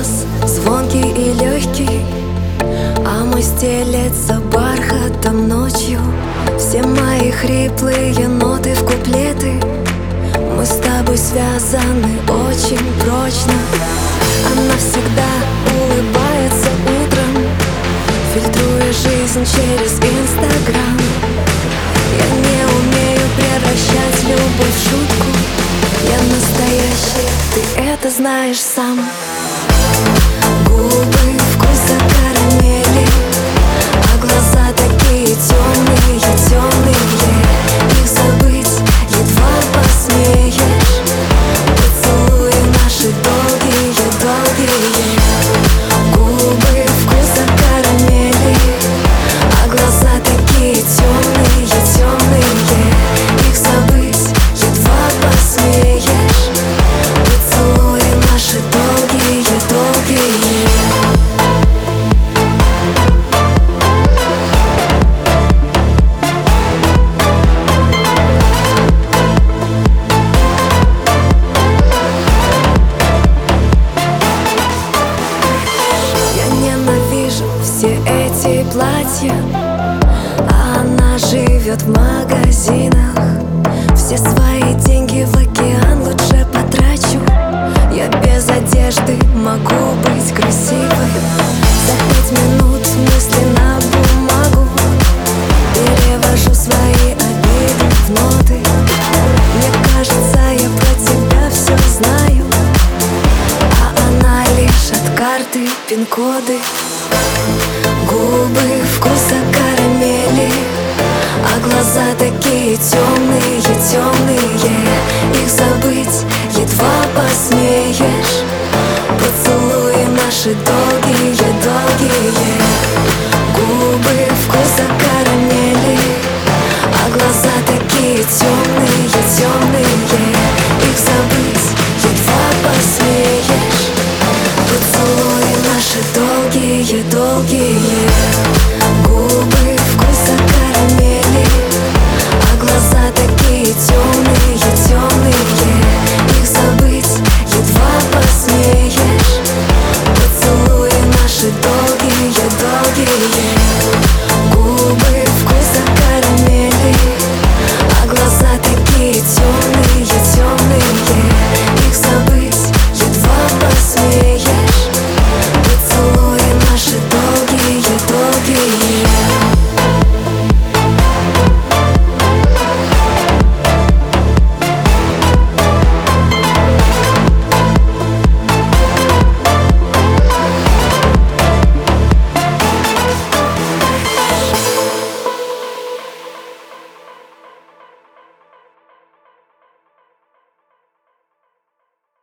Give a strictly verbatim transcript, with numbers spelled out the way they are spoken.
голос звонкий и легкий, а мой стелется бархатом ночью. Все мои хриплые ноты в куплеты, мы с тобой связаны очень прочно. Она всегда улыбается утром, фильтруя жизнь через Инстаграм. Я не умею превращать любовь в шутку, я настоящий, ты это знаешь сам. Губы вкуса карамели, а глаза такие темные, темные. Их забыть едва посмеешь. Поцелуи наши долгие, долгие. Губы вкуса карамели, а глаза такие темные, темные. Их забыть едва посмеешь. Поцелуи наши долгие, долгие. Все эти платья, а она живет в магазинах. Все свои деньги в океан лучше потрачу. Я без одежды могу быть красивой. За пять минут мысли на бумагу перевожу свои обиды в ноты. Мне кажется, я про тебя все знаю, а она лишь от карты пин-коды. Губы вкуса карамели, а глаза такие темные, темные. Их забыть едва посмеешь. Поцелуи наши долгие.